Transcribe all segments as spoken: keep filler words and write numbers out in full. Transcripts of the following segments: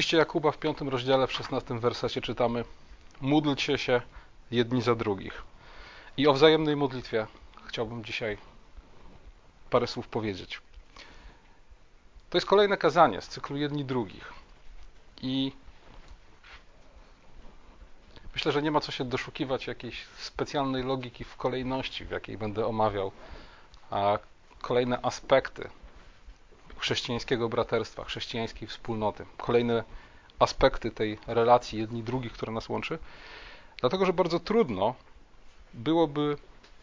liście Jakuba w piątym rozdziale, w szesnastym wersecie czytamy: módlcie się jedni za drugich. I o wzajemnej modlitwie chciałbym dzisiaj parę słów powiedzieć. To jest kolejne kazanie z cyklu Jedni drugich. I myślę, że nie ma co się doszukiwać jakiejś specjalnej logiki w kolejności, w jakiej będę omawiał a kolejne aspekty chrześcijańskiego braterstwa, chrześcijańskiej wspólnoty, kolejne aspekty tej relacji jedni drugich, która nas łączy, dlatego że bardzo trudno byłoby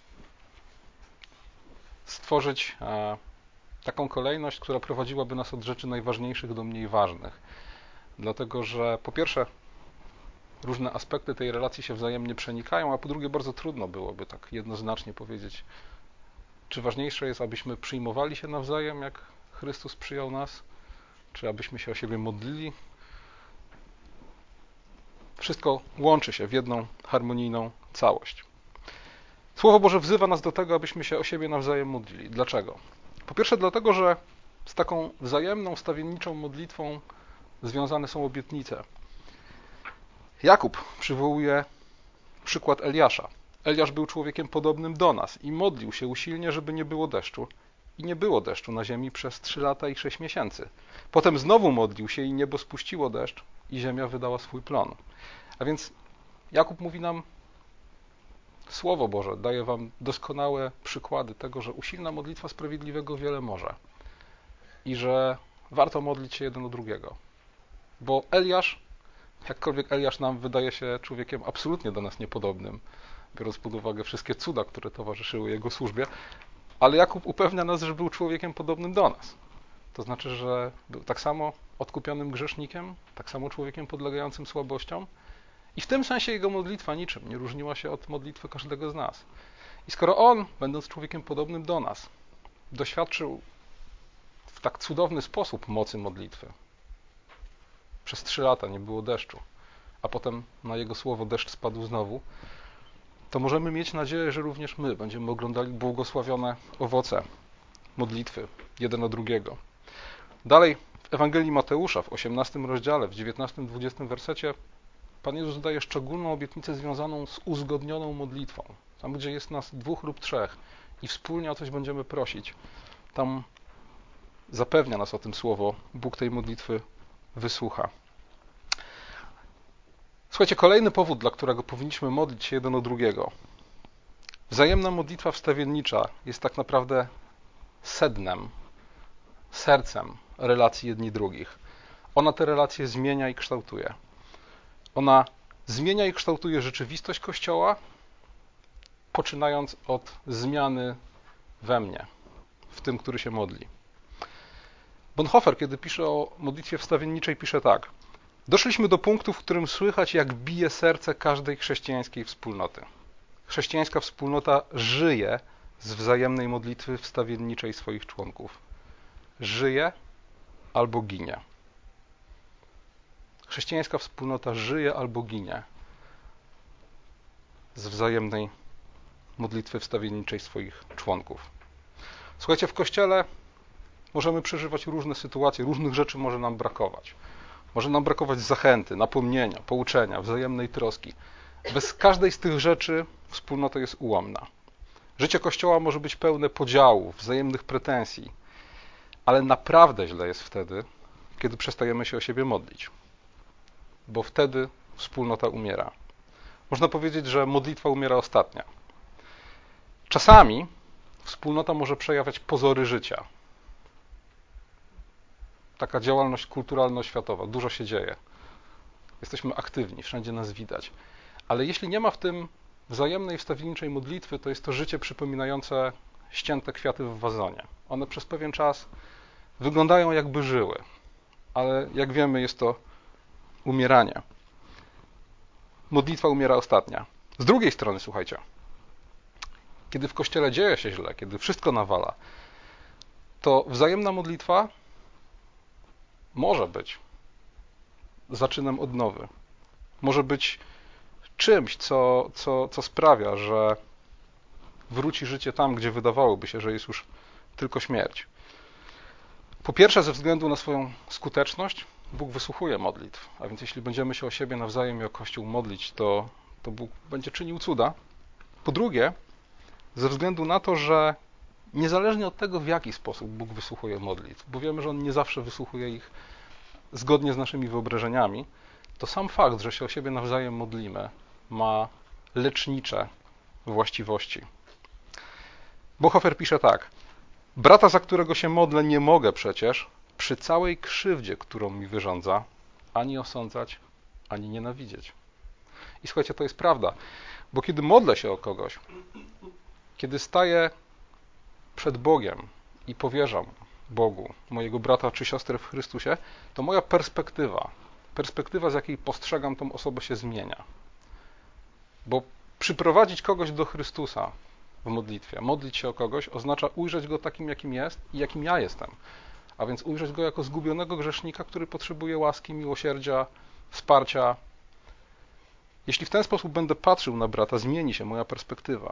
stworzyć taką kolejność, która prowadziłaby nas od rzeczy najważniejszych do mniej ważnych. Dlatego że po pierwsze różne aspekty tej relacji się wzajemnie przenikają, a po drugie bardzo trudno byłoby tak jednoznacznie powiedzieć, czy ważniejsze jest, abyśmy przyjmowali się nawzajem, jak Chrystus przyjął nas, czy abyśmy się o siebie modlili. Wszystko łączy się w jedną harmonijną całość. Słowo Boże wzywa nas do tego, abyśmy się o siebie nawzajem modlili. Dlaczego? Po pierwsze dlatego, że z taką wzajemną, stawienniczą modlitwą związane są obietnice. Jakub przywołuje przykład Eliasza. Eliasz był człowiekiem podobnym do nas i modlił się usilnie, żeby nie było deszczu. I nie było deszczu na ziemi przez trzy lata i sześć miesięcy. Potem znowu modlił się i niebo spuściło deszcz i ziemia wydała swój plon. A więc Jakub mówi nam, Słowo Boże daje wam doskonałe przykłady tego, że usilna modlitwa sprawiedliwego wiele może. I że warto modlić się jeden o drugiego. Bo Eliasz, jakkolwiek Eliasz nam wydaje się człowiekiem absolutnie do nas niepodobnym, biorąc pod uwagę wszystkie cuda, które towarzyszyły jego służbie, ale Jakub upewnia nas, że był człowiekiem podobnym do nas. To znaczy, że był tak samo odkupionym grzesznikiem, tak samo człowiekiem podlegającym słabościom i w tym sensie jego modlitwa niczym nie różniła się od modlitwy każdego z nas. I skoro on, będąc człowiekiem podobnym do nas, doświadczył w tak cudowny sposób mocy modlitwy, przez trzy lata nie było deszczu, a potem na jego słowo deszcz spadł znowu, to możemy mieć nadzieję, że również my będziemy oglądali błogosławione owoce modlitwy jeden o drugiego. Dalej w Ewangelii Mateusza w osiemnastym rozdziale, w dziewiętnastym dwudziestym wersecie Pan Jezus daje szczególną obietnicę związaną z uzgodnioną modlitwą. Tam, gdzie jest nas dwóch lub trzech i wspólnie o coś będziemy prosić, tam zapewnia nas o tym słowo, Bóg tej modlitwy wysłucha. Słuchajcie, kolejny powód, dla którego powinniśmy modlić się jeden o drugiego. Wzajemna modlitwa wstawiennicza jest tak naprawdę sednem, sercem relacji jedni drugich. Ona te relacje zmienia i kształtuje. Ona zmienia i kształtuje rzeczywistość Kościoła, poczynając od zmiany we mnie, w tym, który się modli. Bonhoeffer, kiedy pisze o modlitwie wstawienniczej, pisze tak. Doszliśmy do punktu, w którym słychać, jak bije serce każdej chrześcijańskiej wspólnoty. Chrześcijańska wspólnota żyje z wzajemnej modlitwy wstawienniczej swoich członków. Żyje albo ginie. Chrześcijańska wspólnota żyje albo ginie z wzajemnej modlitwy wstawienniczej swoich członków. Słuchajcie, w Kościele możemy przeżywać różne sytuacje, różnych rzeczy może nam brakować. Może nam brakować zachęty, napomnienia, pouczenia, wzajemnej troski. Bez każdej z tych rzeczy wspólnota jest ułomna. Życie Kościoła może być pełne podziałów, wzajemnych pretensji, ale naprawdę źle jest wtedy, kiedy przestajemy się o siebie modlić. Bo wtedy wspólnota umiera. Można powiedzieć, że modlitwa umiera ostatnia. Czasami wspólnota może przejawiać pozory życia. Taka działalność kulturalno-światowa, dużo się dzieje. Jesteśmy aktywni, wszędzie nas widać. Ale jeśli nie ma w tym wzajemnej wstawienniczej modlitwy, to jest to życie przypominające ścięte kwiaty w wazonie. One przez pewien czas wyglądają, jakby żyły, ale jak wiemy, jest to umieranie. Modlitwa umiera ostatnia. Z drugiej strony, słuchajcie, kiedy w Kościele dzieje się źle, kiedy wszystko nawala, to wzajemna modlitwa może być zaczynem odnowy. Może być czymś, co, co, co sprawia, że wróci życie tam, gdzie wydawałoby się, że jest już tylko śmierć. Po pierwsze, ze względu na swoją skuteczność, Bóg wysłuchuje modlitw, a więc jeśli będziemy się o siebie nawzajem i o Kościół modlić, to, to Bóg będzie czynił cuda. Po drugie, ze względu na to, że niezależnie od tego, w jaki sposób Bóg wysłuchuje modlitw, bo wiemy, że On nie zawsze wysłuchuje ich zgodnie z naszymi wyobrażeniami, to sam fakt, że się o siebie nawzajem modlimy, ma lecznicze właściwości. Bonhoeffer pisze tak: brata, za którego się modlę, nie mogę przecież przy całej krzywdzie, którą mi wyrządza, ani osądzać, ani nienawidzieć. I słuchajcie, to jest prawda, bo kiedy modlę się o kogoś, kiedy staję przed Bogiem i powierzam Bogu mojego brata czy siostrę w Chrystusie, to moja perspektywa, perspektywa, z jakiej postrzegam tą osobę, się zmienia. Bo przyprowadzić kogoś do Chrystusa w modlitwie, modlić się o kogoś, oznacza ujrzeć go takim, jakim jest i jakim ja jestem. A więc ujrzeć go jako zgubionego grzesznika, który potrzebuje łaski, miłosierdzia, wsparcia. Jeśli w ten sposób będę patrzył na brata, zmieni się moja perspektywa.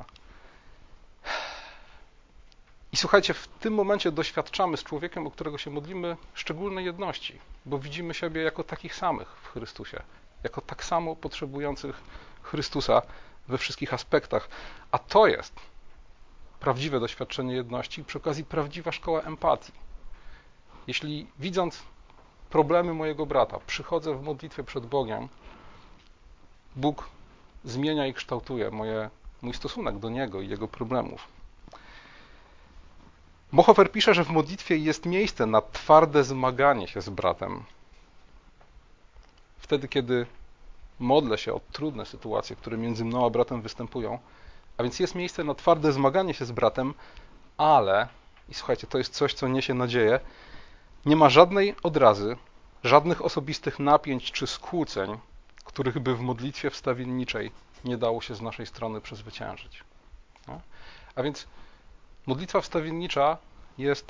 I słuchajcie, w tym momencie doświadczamy z człowiekiem, o którego się modlimy, szczególnej jedności, bo widzimy siebie jako takich samych w Chrystusie, jako tak samo potrzebujących Chrystusa we wszystkich aspektach. A to jest prawdziwe doświadczenie jedności i przy okazji prawdziwa szkoła empatii. Jeśli widząc problemy mojego brata, przychodzę w modlitwie przed Bogiem, Bóg zmienia i kształtuje moje, mój stosunek do Niego i Jego problemów. Bonhoeffer pisze, że w modlitwie jest miejsce na twarde zmaganie się z bratem. Wtedy, kiedy modlę się o trudne sytuacje, które między mną a bratem występują, a więc jest miejsce na twarde zmaganie się z bratem, ale, i słuchajcie, to jest coś, co niesie nadzieję, nie ma żadnej odrazy, żadnych osobistych napięć czy skłóceń, których by w modlitwie wstawienniczej nie dało się z naszej strony przezwyciężyć. No? A więc modlitwa wstawiennicza jest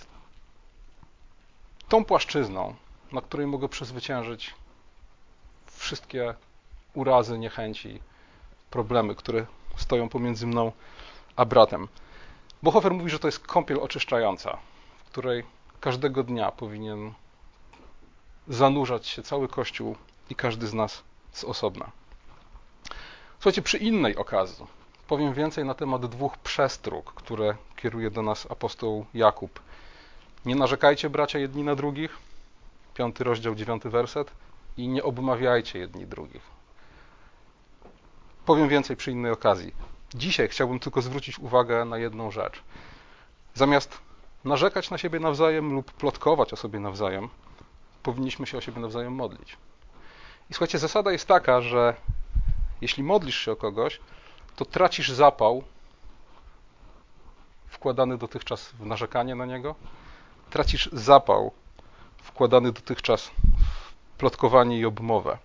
tą płaszczyzną, na której mogę przezwyciężyć wszystkie urazy, niechęci, problemy, które stoją pomiędzy mną a bratem. Bonhoeffer mówi, że to jest kąpiel oczyszczająca, w której każdego dnia powinien zanurzać się cały Kościół i każdy z nas z osobna. Słuchajcie, przy innej okazji powiem więcej na temat dwóch przestróg, które kieruje do nas apostoł Jakub. Nie narzekajcie, bracia, jedni na drugich, piąty rozdział, dziewiąty werset, i nie obmawiajcie jedni drugich. Powiem więcej przy innej okazji. Dzisiaj chciałbym tylko zwrócić uwagę na jedną rzecz. Zamiast narzekać na siebie nawzajem lub plotkować o sobie nawzajem, powinniśmy się o siebie nawzajem modlić. I słuchajcie, zasada jest taka, że jeśli modlisz się o kogoś, to tracisz zapał wkładany dotychczas w narzekanie na niego, tracisz zapał wkładany dotychczas w plotkowanie i obmowę.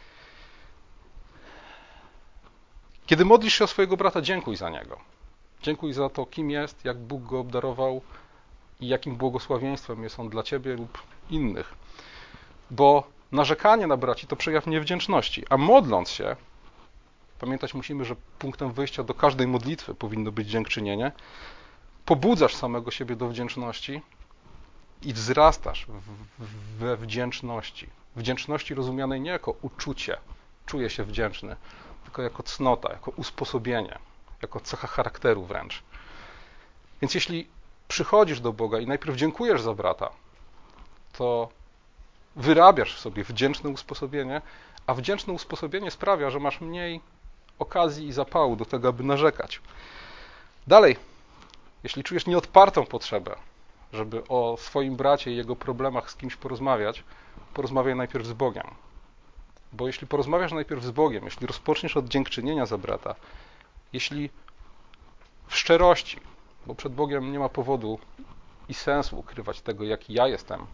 Kiedy modlisz się o swojego brata, dziękuj za niego. Dziękuj za to, kim jest, jak Bóg go obdarował i jakim błogosławieństwem jest on dla ciebie lub innych. Bo narzekanie na braci to przejaw niewdzięczności, a modląc się, pamiętać musimy, że punktem wyjścia do każdej modlitwy powinno być dziękczynienie, pobudzasz samego siebie do wdzięczności i wzrastasz we wdzięczności. Wdzięczności rozumianej nie jako uczucie, czuję się wdzięczny, tylko jako cnota, jako usposobienie, jako cecha charakteru wręcz. Więc jeśli przychodzisz do Boga i najpierw dziękujesz za brata, to wyrabiasz w sobie wdzięczne usposobienie, a wdzięczne usposobienie sprawia, że masz mniej okazji i zapału do tego, aby narzekać. Dalej, jeśli czujesz nieodpartą potrzebę, żeby o swoim bracie i jego problemach z kimś porozmawiać, porozmawiaj najpierw z Bogiem. Bo jeśli porozmawiasz najpierw z Bogiem, jeśli rozpoczniesz od dziękczynienia za brata, jeśli w szczerości, bo przed Bogiem nie ma powodu i sensu ukrywać tego, jaki ja jestem,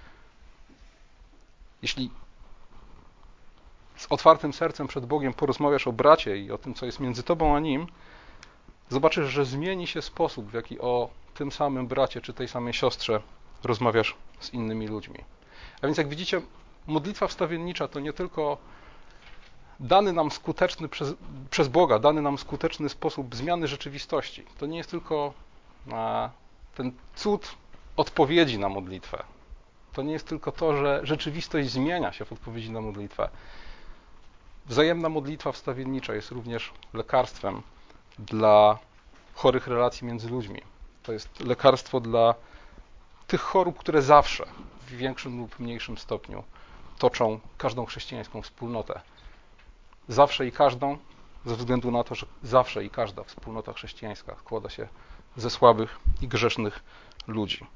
jeśli z otwartym sercem przed Bogiem porozmawiasz o bracie i o tym, co jest między tobą a nim, zobaczysz, że zmieni się sposób, w jaki o tym samym bracie czy tej samej siostrze rozmawiasz z innymi ludźmi. A więc jak widzicie, modlitwa wstawiennicza to nie tylko dany nam skuteczny przez, przez Boga, dany nam skuteczny sposób zmiany rzeczywistości. To nie jest tylko ten cud odpowiedzi na modlitwę, To nie jest tylko to, że rzeczywistość zmienia się w odpowiedzi na modlitwę. Wzajemna modlitwa wstawiennicza jest również lekarstwem dla chorych relacji między ludźmi. To jest lekarstwo dla tych chorób, które zawsze w większym lub mniejszym stopniu toczą każdą chrześcijańską wspólnotę. Zawsze i każdą, ze względu na to, że zawsze i każda wspólnota chrześcijańska składa się ze słabych i grzesznych ludzi.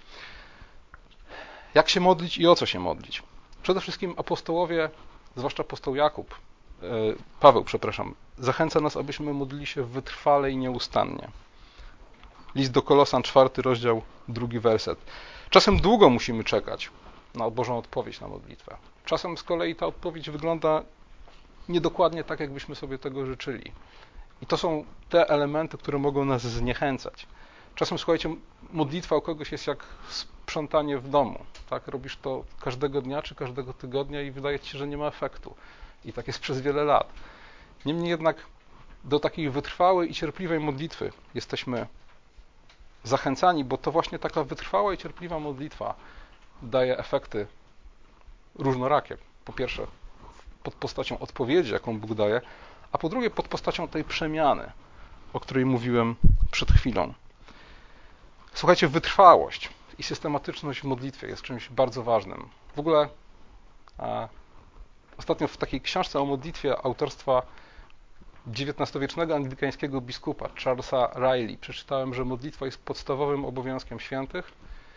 Jak się modlić i o co się modlić? Przede wszystkim apostołowie, zwłaszcza apostoł Jakub, Paweł, przepraszam, zachęca nas, abyśmy modlili się wytrwale i nieustannie. List do Kolosan, czwarty rozdział, drugi werset. Czasem długo musimy czekać na Bożą odpowiedź na modlitwę. Czasem z kolei ta odpowiedź wygląda niedokładnie tak, jakbyśmy sobie tego życzyli. I to są te elementy, które mogą nas zniechęcać. Czasem, słuchajcie, modlitwa u kogoś jest jak sprzątanie w domu. Tak? Robisz to każdego dnia czy każdego tygodnia i wydaje ci się, że nie ma efektu. I tak jest przez wiele lat. Niemniej jednak do takiej wytrwałej i cierpliwej modlitwy jesteśmy zachęcani, bo to właśnie taka wytrwała i cierpliwa modlitwa daje efekty różnorakie. Po pierwsze, pod postacią odpowiedzi, jaką Bóg daje, a po drugie, pod postacią tej przemiany, o której mówiłem przed chwilą. Słuchajcie, wytrwałość i systematyczność w modlitwie jest czymś bardzo ważnym. W ogóle a, ostatnio w takiej książce o modlitwie autorstwa dziewiętnastowiecznego anglikańskiego biskupa Charlesa Riley przeczytałem, że modlitwa jest podstawowym obowiązkiem świętych.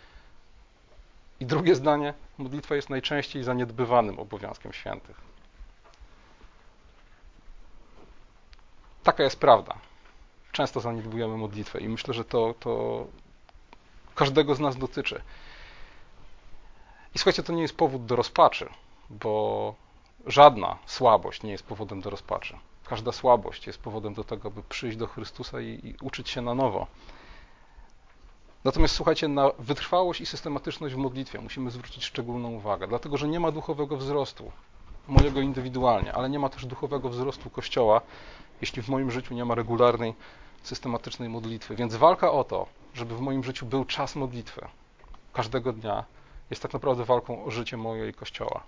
I drugie zdanie, modlitwa jest najczęściej zaniedbywanym obowiązkiem świętych. Taka jest prawda. Często zaniedbujemy modlitwę i myślę, że to, to każdego z nas dotyczy. I słuchajcie, to nie jest powód do rozpaczy, bo żadna słabość nie jest powodem do rozpaczy. Każda słabość jest powodem do tego, by przyjść do Chrystusa i, i uczyć się na nowo. Natomiast słuchajcie, na wytrwałość i systematyczność w modlitwie musimy zwrócić szczególną uwagę, dlatego że nie ma duchowego wzrostu, mojego indywidualnie, ale nie ma też duchowego wzrostu Kościoła, jeśli w moim życiu nie ma regularnej, systematycznej modlitwy. Więc walka o to, żeby w moim życiu był czas modlitwy każdego dnia, jest tak naprawdę walką o życie moje i Kościoła.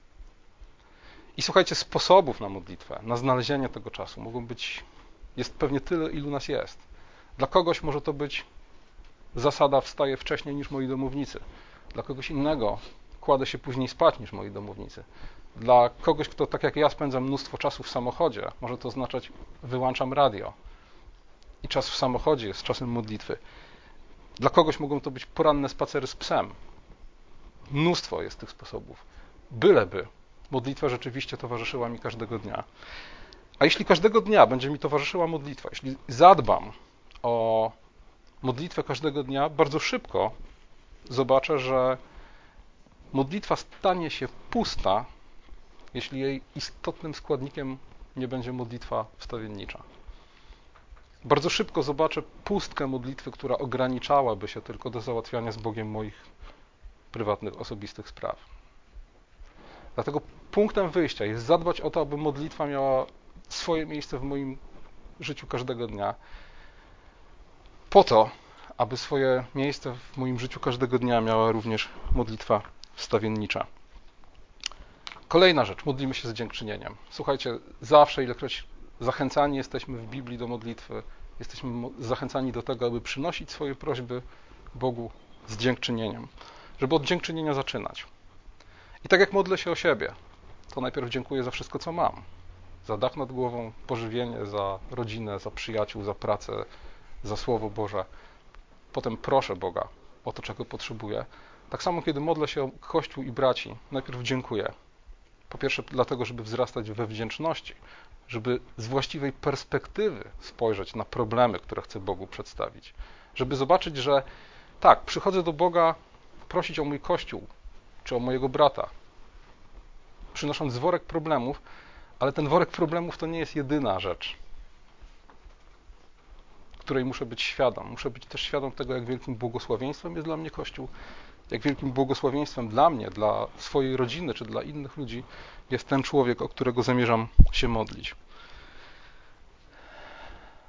I słuchajcie, sposobów na modlitwę, na znalezienie tego czasu mogą być, jest pewnie tyle, ilu nas jest. Dla kogoś może to być zasada wstaje wcześniej niż moi domownicy. Dla kogoś innego kładę się później spać niż moi domownicy. Dla kogoś, kto tak jak ja spędza mnóstwo czasu w samochodzie, może to oznaczać wyłączam radio. I czas w samochodzie jest czasem modlitwy. Dla kogoś mogą to być poranne spacery z psem. Mnóstwo jest tych sposobów. Byleby modlitwa rzeczywiście towarzyszyła mi każdego dnia. A jeśli każdego dnia będzie mi towarzyszyła modlitwa, jeśli zadbam o modlitwę każdego dnia, bardzo szybko zobaczę, że modlitwa stanie się pusta, jeśli jej istotnym składnikiem nie będzie modlitwa wstawiennicza. Bardzo szybko zobaczę pustkę modlitwy, która ograniczałaby się tylko do załatwiania z Bogiem moich prywatnych, osobistych spraw. Dlatego punktem wyjścia jest zadbać o to, aby modlitwa miała swoje miejsce w moim życiu każdego dnia, po to, aby swoje miejsce w moim życiu każdego dnia miała również modlitwa wstawiennicza. Kolejna rzecz, modlimy się z dziękczynieniem. Słuchajcie, zawsze, ilekroć zachęcani jesteśmy w Biblii do modlitwy, jesteśmy zachęcani do tego, aby przynosić swoje prośby Bogu z dziękczynieniem, żeby od dziękczynienia zaczynać. I tak jak modlę się o siebie, to najpierw dziękuję za wszystko, co mam. Za dach nad głową, pożywienie, za rodzinę, za przyjaciół, za pracę, za Słowo Boże. Potem proszę Boga o to, czego potrzebuję. Tak samo, kiedy modlę się o Kościół i braci, najpierw dziękuję. Po pierwsze dlatego, żeby wzrastać we wdzięczności, żeby z właściwej perspektywy spojrzeć na problemy, które chcę Bogu przedstawić. Żeby zobaczyć, że tak, przychodzę do Boga prosić o mój Kościół, czy o mojego brata, przynosząc worek problemów, ale ten worek problemów to nie jest jedyna rzecz, której muszę być świadom. Muszę być też świadom tego, jak wielkim błogosławieństwem jest dla mnie Kościół, jak wielkim błogosławieństwem dla mnie, dla swojej rodziny, czy dla innych ludzi jest ten człowiek, o którego zamierzam się modlić.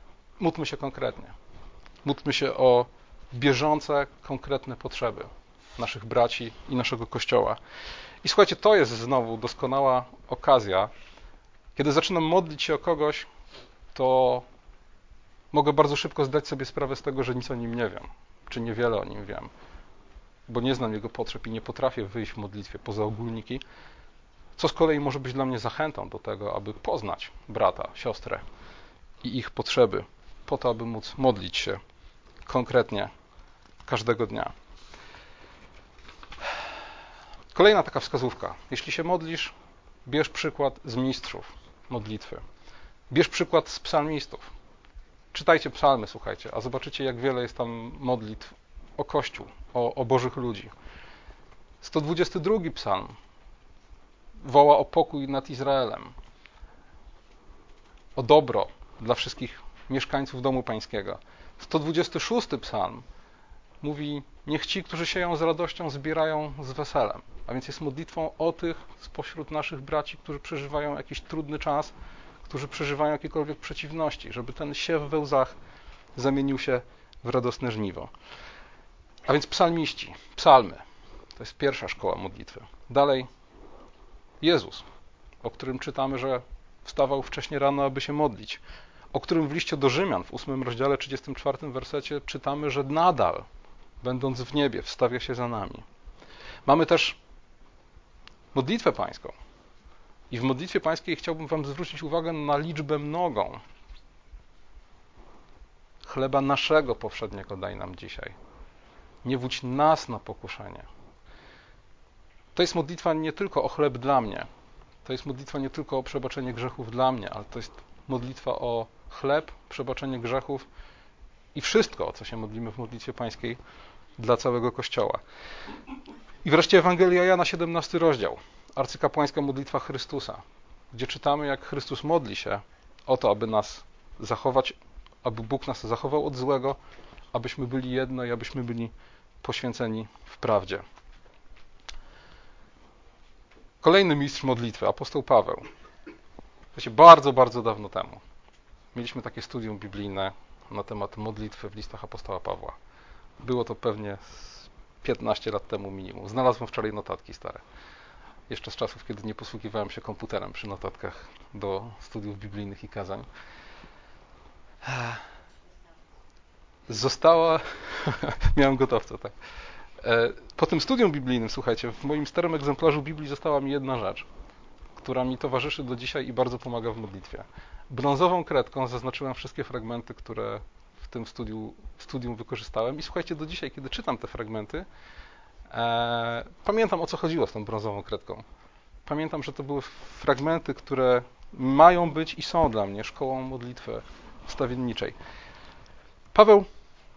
Módlmy się konkretnie. Módlmy się o bieżące, konkretne potrzeby. naszych braci i naszego Kościoła. I słuchajcie, to jest znowu doskonała okazja, kiedy zaczynam modlić się o kogoś, to mogę bardzo szybko zdać sobie sprawę z tego, że nic o nim nie wiem, czy niewiele o nim wiem, bo nie znam jego potrzeb i nie potrafię wyjść w modlitwie poza ogólniki, co z kolei może być dla mnie zachętą do tego, aby poznać brata, siostrę i ich potrzeby, po to, aby móc modlić się konkretnie każdego dnia. Kolejna taka wskazówka. Jeśli się modlisz, bierz przykład z mistrzów modlitwy. Bierz przykład z psalmistów. Czytajcie psalmy, słuchajcie, a zobaczycie, jak wiele jest tam modlitw o Kościół, o, o Bożych ludzi. sto dwudziesty drugi psalm woła o pokój nad Izraelem, o dobro dla wszystkich mieszkańców domu pańskiego. sto dwudziesty szósty psalm mówi, niech ci, którzy sieją z radością, zbierają z weselem. A więc jest modlitwą o tych spośród naszych braci, którzy przeżywają jakiś trudny czas, którzy przeżywają jakiekolwiek przeciwności, żeby ten siew we łzach zamienił się w radosne żniwo. A więc psalmiści, psalmy, to jest pierwsza szkoła modlitwy. Dalej Jezus, o którym czytamy, że wstawał wcześnie rano, aby się modlić, o którym w liście do Rzymian w ósmym rozdziale, trzydziestym czwartym wersecie czytamy, że nadal, będąc w niebie, wstawia się za nami. Mamy też modlitwę pańską. I w modlitwie pańskiej chciałbym wam zwrócić uwagę na liczbę mnogą. Chleba naszego powszedniego daj nam dzisiaj. Nie wódź nas na pokuszenie. To jest modlitwa nie tylko o chleb dla mnie. To jest modlitwa nie tylko o przebaczenie grzechów dla mnie, ale to jest modlitwa o chleb, przebaczenie grzechów i wszystko, o co się modlimy w modlitwie pańskiej dla całego Kościoła. I wreszcie Ewangelia Jana, siedemnasty rozdział. Arcykapłańska modlitwa Chrystusa, gdzie czytamy, jak Chrystus modli się o to, aby nas zachować, aby Bóg nas zachował od złego, abyśmy byli jedno i abyśmy byli poświęceni w prawdzie. Kolejny mistrz modlitwy, apostoł Paweł. To się bardzo, bardzo dawno temu. Mieliśmy takie studium biblijne na temat modlitwy w listach apostoła Pawła. Było to pewnie piętnaście lat temu minimum. Znalazłem wczoraj notatki stare. Jeszcze z czasów, kiedy nie posługiwałem się komputerem przy notatkach do studiów biblijnych i kazań. Została... Miałem gotowca, tak. Po tym studium biblijnym, słuchajcie, w moim starym egzemplarzu Biblii została mi jedna rzecz, która mi towarzyszy do dzisiaj i bardzo pomaga w modlitwie. Brązową kredką zaznaczyłem wszystkie fragmenty, które w tym studium, studium wykorzystałem i słuchajcie, do dzisiaj, kiedy czytam te fragmenty, e, pamiętam, o co chodziło z tą brązową kredką. Pamiętam, że to były fragmenty, które mają być i są dla mnie szkołą modlitwy wstawienniczej. Paweł,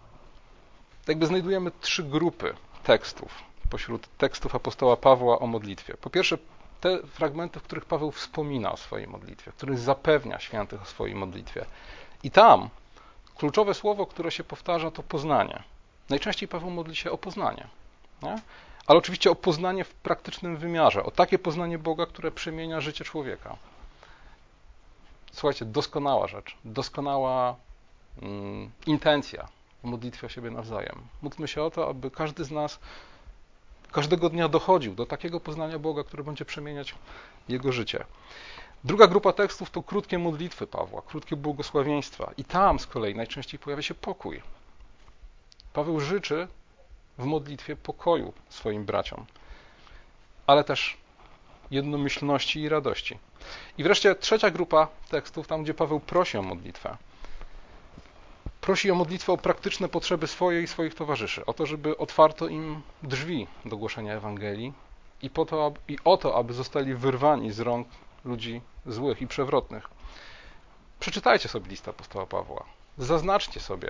jakby znajdujemy trzy grupy tekstów pośród tekstów apostoła Pawła o modlitwie. Po pierwsze, te fragmenty, w których Paweł wspomina o swojej modlitwie, w których zapewnia świętych o swojej modlitwie. I tam kluczowe słowo, które się powtarza, to poznanie. Najczęściej Paweł modli się o poznanie. Nie? Ale oczywiście o poznanie w praktycznym wymiarze, o takie poznanie Boga, które przemienia życie człowieka. Słuchajcie, doskonała rzecz, doskonała mm, intencja w modlitwie o siebie nawzajem. Módlmy się o to, aby każdy z nas każdego dnia dochodził do takiego poznania Boga, które będzie przemieniać jego życie. Druga grupa tekstów to krótkie modlitwy Pawła, krótkie błogosławieństwa. I tam z kolei najczęściej pojawia się pokój. Paweł życzy w modlitwie pokoju swoim braciom, ale też jednomyślności i radości. I wreszcie trzecia grupa tekstów, tam gdzie Paweł prosi o modlitwę. Prosi o modlitwę o praktyczne potrzeby swoje i swoich towarzyszy, o to, żeby otwarto im drzwi do głoszenia Ewangelii i, po to, aby, i o to, aby zostali wyrwani z rąk ludzi złych i przewrotnych. Przeczytajcie sobie listę apostoła Pawła. Zaznaczcie sobie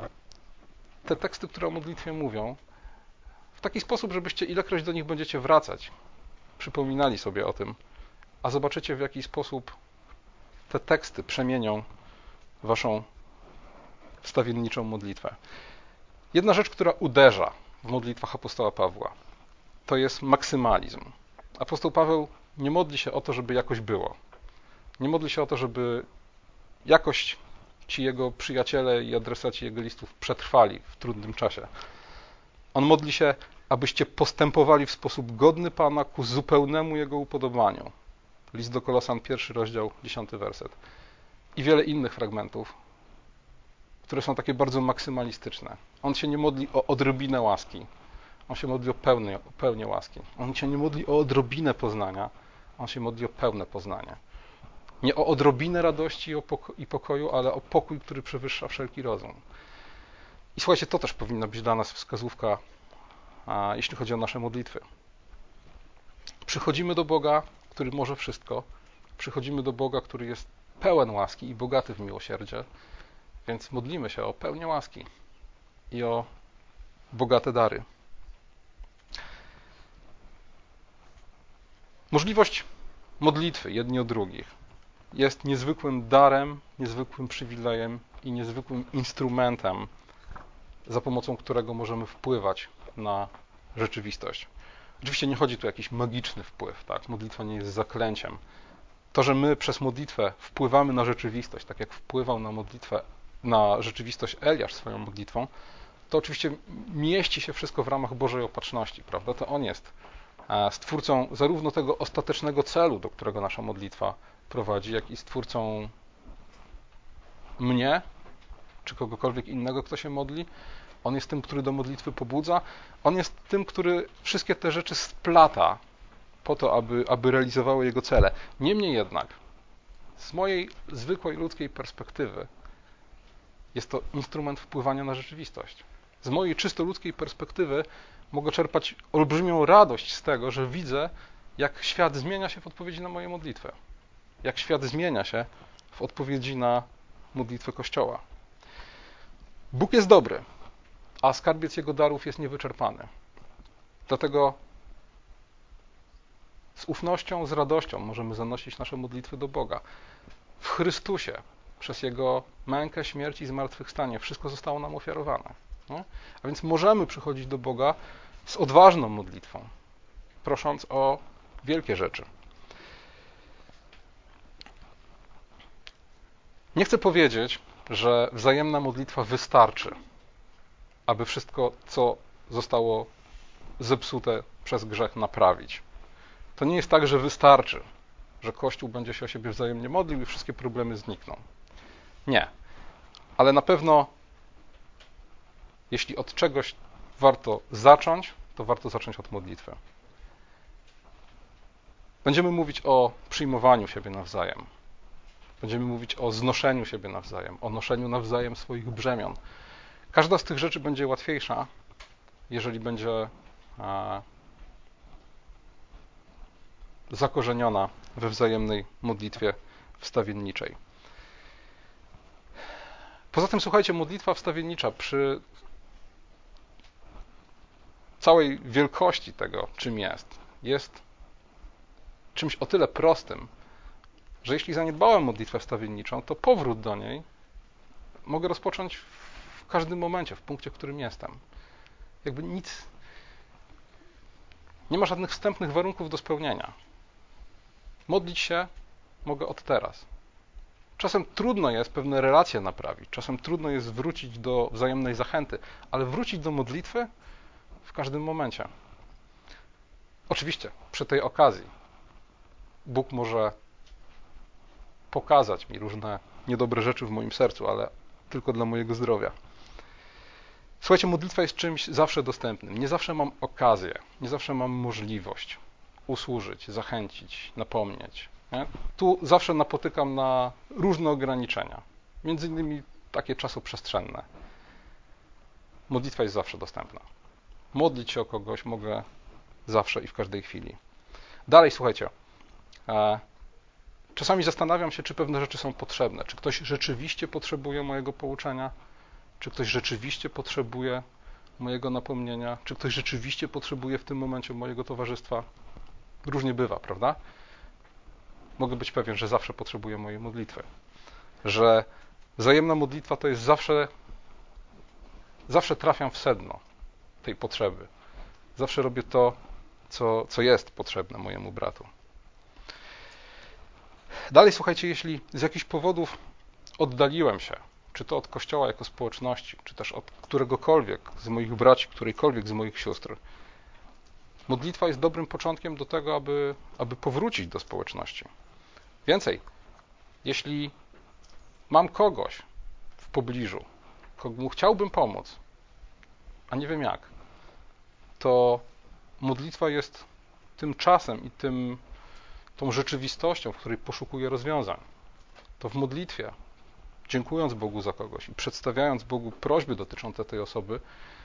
te teksty, które o modlitwie mówią, w taki sposób, żebyście ilekroć do nich będziecie wracać, przypominali sobie o tym, a zobaczycie, w jaki sposób te teksty przemienią waszą wstawienniczą modlitwę. Jedna rzecz, która uderza w modlitwach apostoła Pawła, to jest maksymalizm. Apostoł Paweł nie modli się o to, żeby jakoś było. Nie modli się o to, żeby jakoś ci jego przyjaciele i adresaci jego listów przetrwali w trudnym czasie. On modli się abyście postępowali w sposób godny Pana ku zupełnemu Jego upodobaniu. List do Kolosan, pierwszy rozdział, dziesiąty werset. I wiele innych fragmentów, które są takie bardzo maksymalistyczne. On się nie modli o odrobinę łaski. On się modli o pełnię, o pełnię łaski. On się nie modli o odrobinę poznania. On się modli o pełne poznanie. Nie o odrobinę radości i, o poko- i pokoju, ale o pokój, który przewyższa wszelki rozum. I słuchajcie, to też powinna być dla nas wskazówka, a, jeśli chodzi o nasze modlitwy. Przychodzimy do Boga, który może wszystko. Przychodzimy do Boga, który jest pełen łaski i bogaty w miłosierdzie, więc modlimy się o pełnię łaski i o bogate dary. Możliwość modlitwy jedni o drugich jest niezwykłym darem, niezwykłym przywilejem i niezwykłym instrumentem, za pomocą którego możemy wpływać na rzeczywistość. Oczywiście nie chodzi tu o jakiś magiczny wpływ, tak? Modlitwa nie jest zaklęciem. To, że my przez modlitwę wpływamy na rzeczywistość, tak jak wpływał na modlitwę, na rzeczywistość Eliasz swoją modlitwą, to oczywiście mieści się wszystko w ramach Bożej opatrzności, prawda? To On jest stwórcą zarówno tego ostatecznego celu, do którego nasza modlitwa prowadzi, jak i stwórcą mnie, czy kogokolwiek innego, kto się modli. On jest tym, który do modlitwy pobudza. On jest tym, który wszystkie te rzeczy splata po to, aby, aby realizowały jego cele. Niemniej jednak, z mojej zwykłej ludzkiej perspektywy, jest to instrument wpływania na rzeczywistość. Z mojej czysto ludzkiej perspektywy mogę czerpać olbrzymią radość z tego, że widzę, jak świat zmienia się w odpowiedzi na moje modlitwy. Jak świat zmienia się w odpowiedzi na modlitwę Kościoła. Bóg jest dobry, a skarbiec Jego darów jest niewyczerpany. Dlatego z ufnością, z radością możemy zanosić nasze modlitwy do Boga. W Chrystusie, przez Jego mękę, śmierć i zmartwychwstanie, wszystko zostało nam ofiarowane. Nie? A więc możemy przychodzić do Boga z odważną modlitwą, prosząc o wielkie rzeczy. Nie chcę powiedzieć, że wzajemna modlitwa wystarczy, aby wszystko, co zostało zepsute przez grzech, naprawić. To nie jest tak, że wystarczy, że Kościół będzie się o siebie wzajemnie modlił i wszystkie problemy znikną. Nie. Ale na pewno, jeśli od czegoś warto zacząć, to warto zacząć od modlitwy. Będziemy mówić o przyjmowaniu siebie nawzajem. Będziemy mówić o znoszeniu siebie nawzajem, o noszeniu nawzajem swoich brzemion. Każda z tych rzeczy będzie łatwiejsza, jeżeli będzie zakorzeniona we wzajemnej modlitwie wstawienniczej. Poza tym, słuchajcie, modlitwa wstawiennicza przy całej wielkości tego, czym jest, jest czymś o tyle prostym, że jeśli zaniedbałem modlitwę wstawienniczą, to powrót do niej mogę rozpocząć w każdym momencie, w punkcie, w którym jestem. Jakby nic, nie ma żadnych wstępnych warunków do spełnienia. Modlić się mogę od teraz. Czasem trudno jest pewne relacje naprawić, czasem trudno jest wrócić do wzajemnej zachęty, ale wrócić do modlitwy w każdym momencie. Oczywiście, przy tej okazji Bóg może pokazać mi różne niedobre rzeczy w moim sercu, ale tylko dla mojego zdrowia. Słuchajcie, modlitwa jest czymś zawsze dostępnym. Nie zawsze mam okazję, nie zawsze mam możliwość usłużyć, zachęcić, napomnieć. Nie? Tu zawsze napotykam na różne ograniczenia, między innymi takie czasoprzestrzenne. Modlitwa jest zawsze dostępna. Modlić się o kogoś mogę zawsze i w każdej chwili. Dalej, słuchajcie, czasami zastanawiam się, czy pewne rzeczy są potrzebne, czy ktoś rzeczywiście potrzebuje mojego pouczenia, czy ktoś rzeczywiście potrzebuje mojego napomnienia, czy ktoś rzeczywiście potrzebuje w tym momencie mojego towarzystwa. Różnie bywa, prawda? Mogę być pewien, że zawsze potrzebuję mojej modlitwy. Że wzajemna modlitwa to jest zawsze, zawsze trafiam w sedno tej potrzeby. Zawsze robię to, co, co jest potrzebne mojemu bratu. Dalej, słuchajcie, jeśli z jakichś powodów oddaliłem się, czy to od Kościoła jako społeczności, czy też od któregokolwiek z moich braci, którejkolwiek z moich sióstr, Modlitwa jest dobrym początkiem do tego, aby, aby powrócić do społeczności. Więcej, jeśli mam kogoś w pobliżu, komu chciałbym pomóc, a nie wiem jak, to modlitwa jest tym czasem i tym, tą rzeczywistością, w której poszukuję rozwiązań. To w modlitwie, dziękując Bogu za kogoś i przedstawiając Bogu prośby dotyczące tej osoby,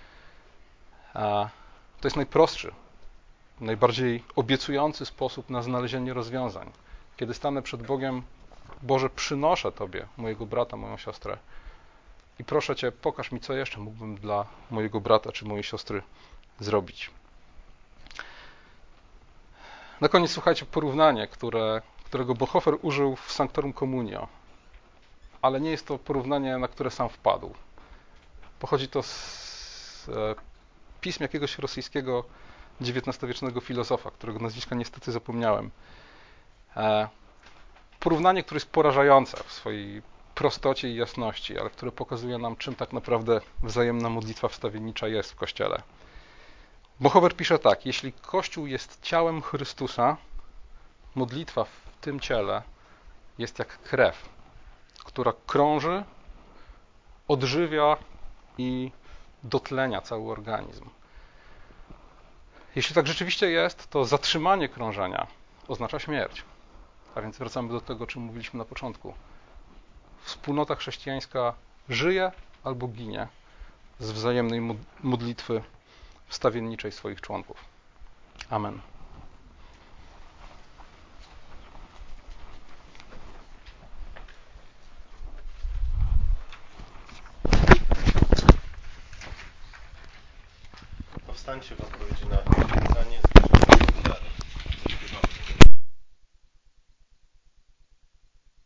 to jest najprostszy, najbardziej obiecujący sposób na znalezienie rozwiązań. Kiedy stanę przed Bogiem, Boże, przynoszę Tobie mojego brata, moją siostrę i proszę Cię, pokaż mi, co jeszcze mógłbym dla mojego brata czy mojej siostry zrobić. Na koniec słuchajcie porównanie, które, którego Bonhoeffer użył w Sanctorum Communio, ale nie jest to porównanie, na które sam wpadł. Pochodzi to z pism jakiegoś rosyjskiego dziewiętnastowiecznego filozofa, którego nazwiska niestety zapomniałem. Porównanie, które jest porażające w swojej prostocie i jasności, ale które pokazuje nam, czym tak naprawdę wzajemna modlitwa wstawiennicza jest w Kościele. Bonhoeffer pisze tak: jeśli Kościół jest ciałem Chrystusa, modlitwa w tym ciele jest jak krew, która krąży, odżywia i dotlenia cały organizm. Jeśli tak rzeczywiście jest, to zatrzymanie krążenia oznacza śmierć. A więc wracamy do tego, o czym mówiliśmy na początku. Wspólnota chrześcijańska żyje albo ginie z wzajemnej modlitwy wstawienniczej swoich członków. Amen. Powstańcie w odpowiedzi na